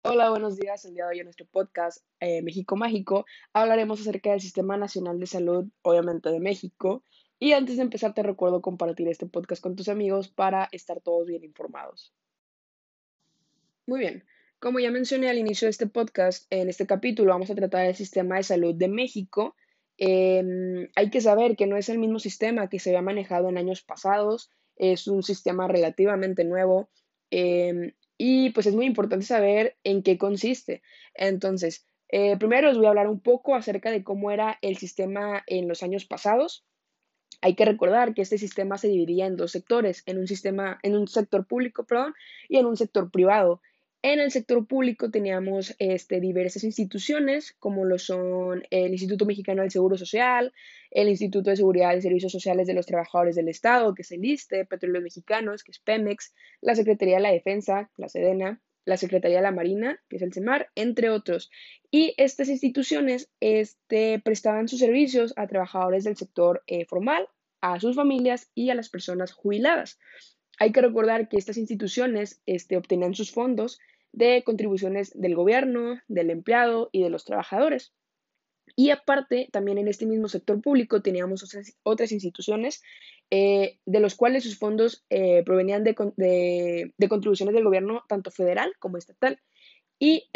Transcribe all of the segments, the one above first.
Hola, buenos días. El día de hoy en nuestro podcast México Mágico hablaremos acerca del Sistema Nacional de Salud, obviamente de México. Y antes de empezar, te recuerdo compartir este podcast con tus amigos para estar todos bien informados. Muy bien, como ya mencioné al inicio de este podcast, en este capítulo vamos a tratar el Sistema de Salud de México. Hay que saber que no es el mismo sistema que se había manejado en años pasados, es un sistema relativamente nuevo. Y pues es muy importante saber en qué consiste. Entonces, primero les voy a hablar un poco acerca de cómo era el sistema en los años pasados. Hay que recordar que este sistema se dividía en dos sectores, en un sector público, perdón, y en un sector privado. En el sector público teníamos diversas instituciones, como lo son el Instituto Mexicano del Seguro Social, el Instituto de Seguridad y Servicios Sociales de los Trabajadores del Estado, que es el ISSSTE, Petróleos Mexicanos, que es Pemex, la Secretaría de la Defensa, la Sedena, la Secretaría de la Marina, que es el CEMAR, entre otros. Y estas instituciones prestaban sus servicios a trabajadores del sector formal, a sus familias y a las personas jubiladas. Hay que recordar que estas instituciones obtenían sus fondos de contribuciones del gobierno, del empleado y de los trabajadores. Y aparte, también en este mismo sector público teníamos otras instituciones de los cuales sus fondos provenían de contribuciones del gobierno, tanto federal como estatal. Y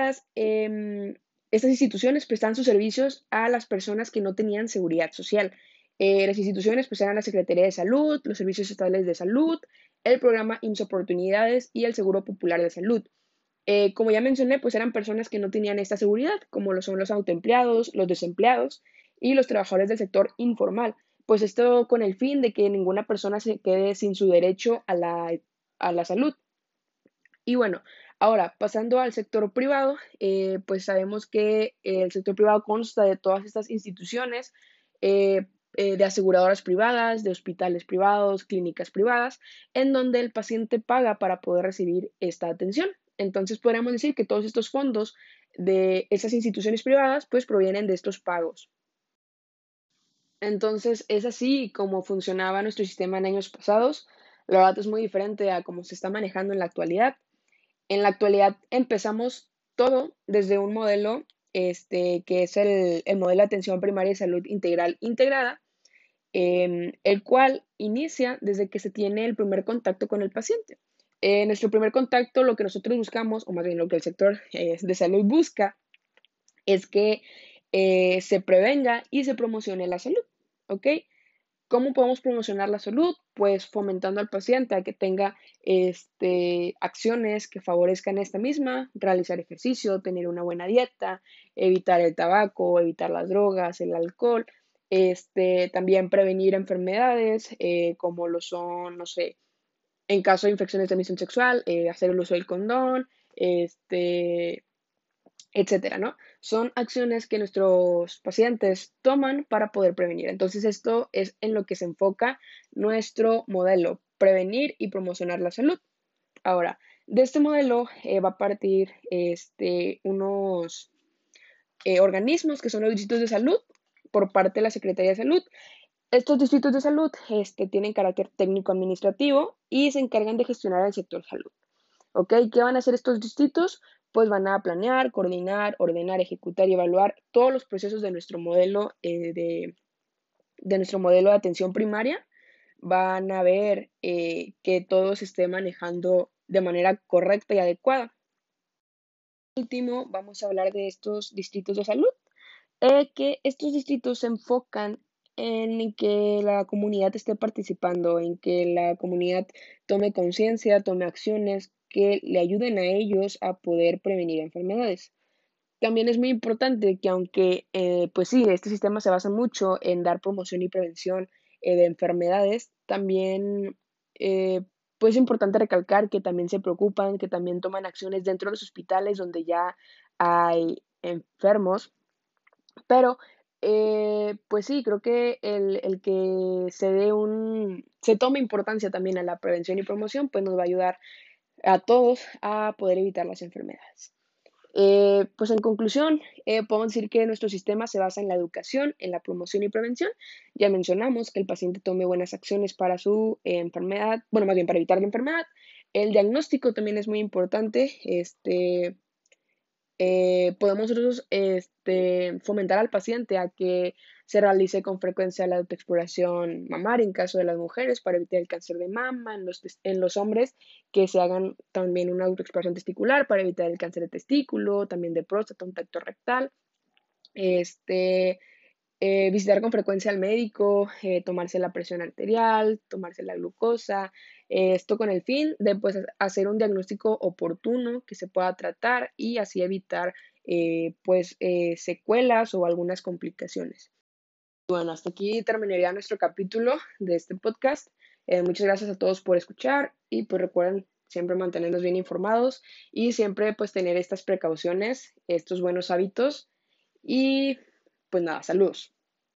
estas instituciones prestaban sus servicios a las personas que no tenían seguridad social. Las instituciones pues, eran la Secretaría de Salud, los Servicios Estatales de Salud, el programa IMSS Oportunidades y el Seguro Popular de Salud. Como ya mencioné, pues eran personas que no tenían esta seguridad, como lo son los autoempleados, los desempleados y los trabajadores del sector informal. Pues esto con el fin de que ninguna persona se quede sin su derecho a la salud. Y bueno, ahora pasando al sector privado, pues sabemos que el sector privado consta de todas estas instituciones, de aseguradoras privadas, de hospitales privados, clínicas privadas, en donde el paciente paga para poder recibir esta atención. Entonces podríamos decir que todos estos fondos de esas instituciones privadas pues provienen de estos pagos. Entonces es así como funcionaba nuestro sistema en años pasados. La verdad es muy diferente a cómo se está manejando en la actualidad. En la actualidad empezamos todo desde un modelo que es el modelo de atención primaria de salud integral integrada, el cual inicia desde que se tiene el primer contacto con el paciente. En nuestro primer contacto, lo que nosotros buscamos, o más bien lo que el sector de salud busca, es que se prevenga y se promocione la salud. ¿Ok? ¿Cómo podemos promocionar la salud? Pues fomentando al paciente a que tenga acciones que favorezcan esta misma, realizar ejercicio, tener una buena dieta, evitar el tabaco, evitar las drogas, el alcohol, también prevenir enfermedades como lo son, no sé, en caso de infecciones de transmisión sexual, hacer el uso del condón, etcétera, ¿no? Son acciones que nuestros pacientes toman para poder prevenir. Entonces, esto es en lo que se enfoca nuestro modelo, prevenir y promocionar la salud. Ahora, de este modelo va a partir unos organismos que son los distritos de salud por parte de la Secretaría de Salud. Estos distritos de salud tienen carácter técnico-administrativo y se encargan de gestionar el sector salud. ¿Ok? ¿Qué van a hacer estos distritos? Pues van a planear, coordinar, ordenar, ejecutar y evaluar todos los procesos de nuestro modelo de nuestro modelo de atención primaria. Van a ver que todo se esté manejando de manera correcta y adecuada. Por último, vamos a hablar de estos distritos de salud, que estos distritos se enfocan en que la comunidad esté participando, en que la comunidad tome conciencia, tome acciones que le ayuden a ellos a poder prevenir enfermedades. También es muy importante que aunque, pues sí, este sistema se basa mucho en dar promoción y prevención de enfermedades, también, pues es importante recalcar que también se preocupan, que también toman acciones dentro de los hospitales donde ya hay enfermos, pero, pues sí, creo que el que se tome importancia también a la prevención y promoción, pues nos va a ayudar a todos a poder evitar las enfermedades. Pues en conclusión, podemos decir que nuestro sistema se basa en la educación, en la promoción y prevención. Ya mencionamos que el paciente tome buenas acciones para su enfermedad, bueno, más bien para evitar la enfermedad. El diagnóstico también es muy importante. Podemos nosotros fomentar al paciente a que se realice con frecuencia la autoexploración mamaria en caso de las mujeres para evitar el cáncer de mama, en los hombres que se hagan también una autoexploración testicular para evitar el cáncer de testículo, también de próstata, un tacto rectal. Este, Visitar con frecuencia al médico, tomarse la presión arterial, tomarse la glucosa, esto con el fin de pues hacer un diagnóstico oportuno que se pueda tratar y así evitar secuelas o algunas complicaciones. Bueno, hasta aquí terminaría nuestro capítulo de este podcast. Muchas gracias a todos por escuchar y pues recuerden siempre mantenernos bien informados y siempre pues tener estas precauciones, estos buenos hábitos y pues nada, saludos.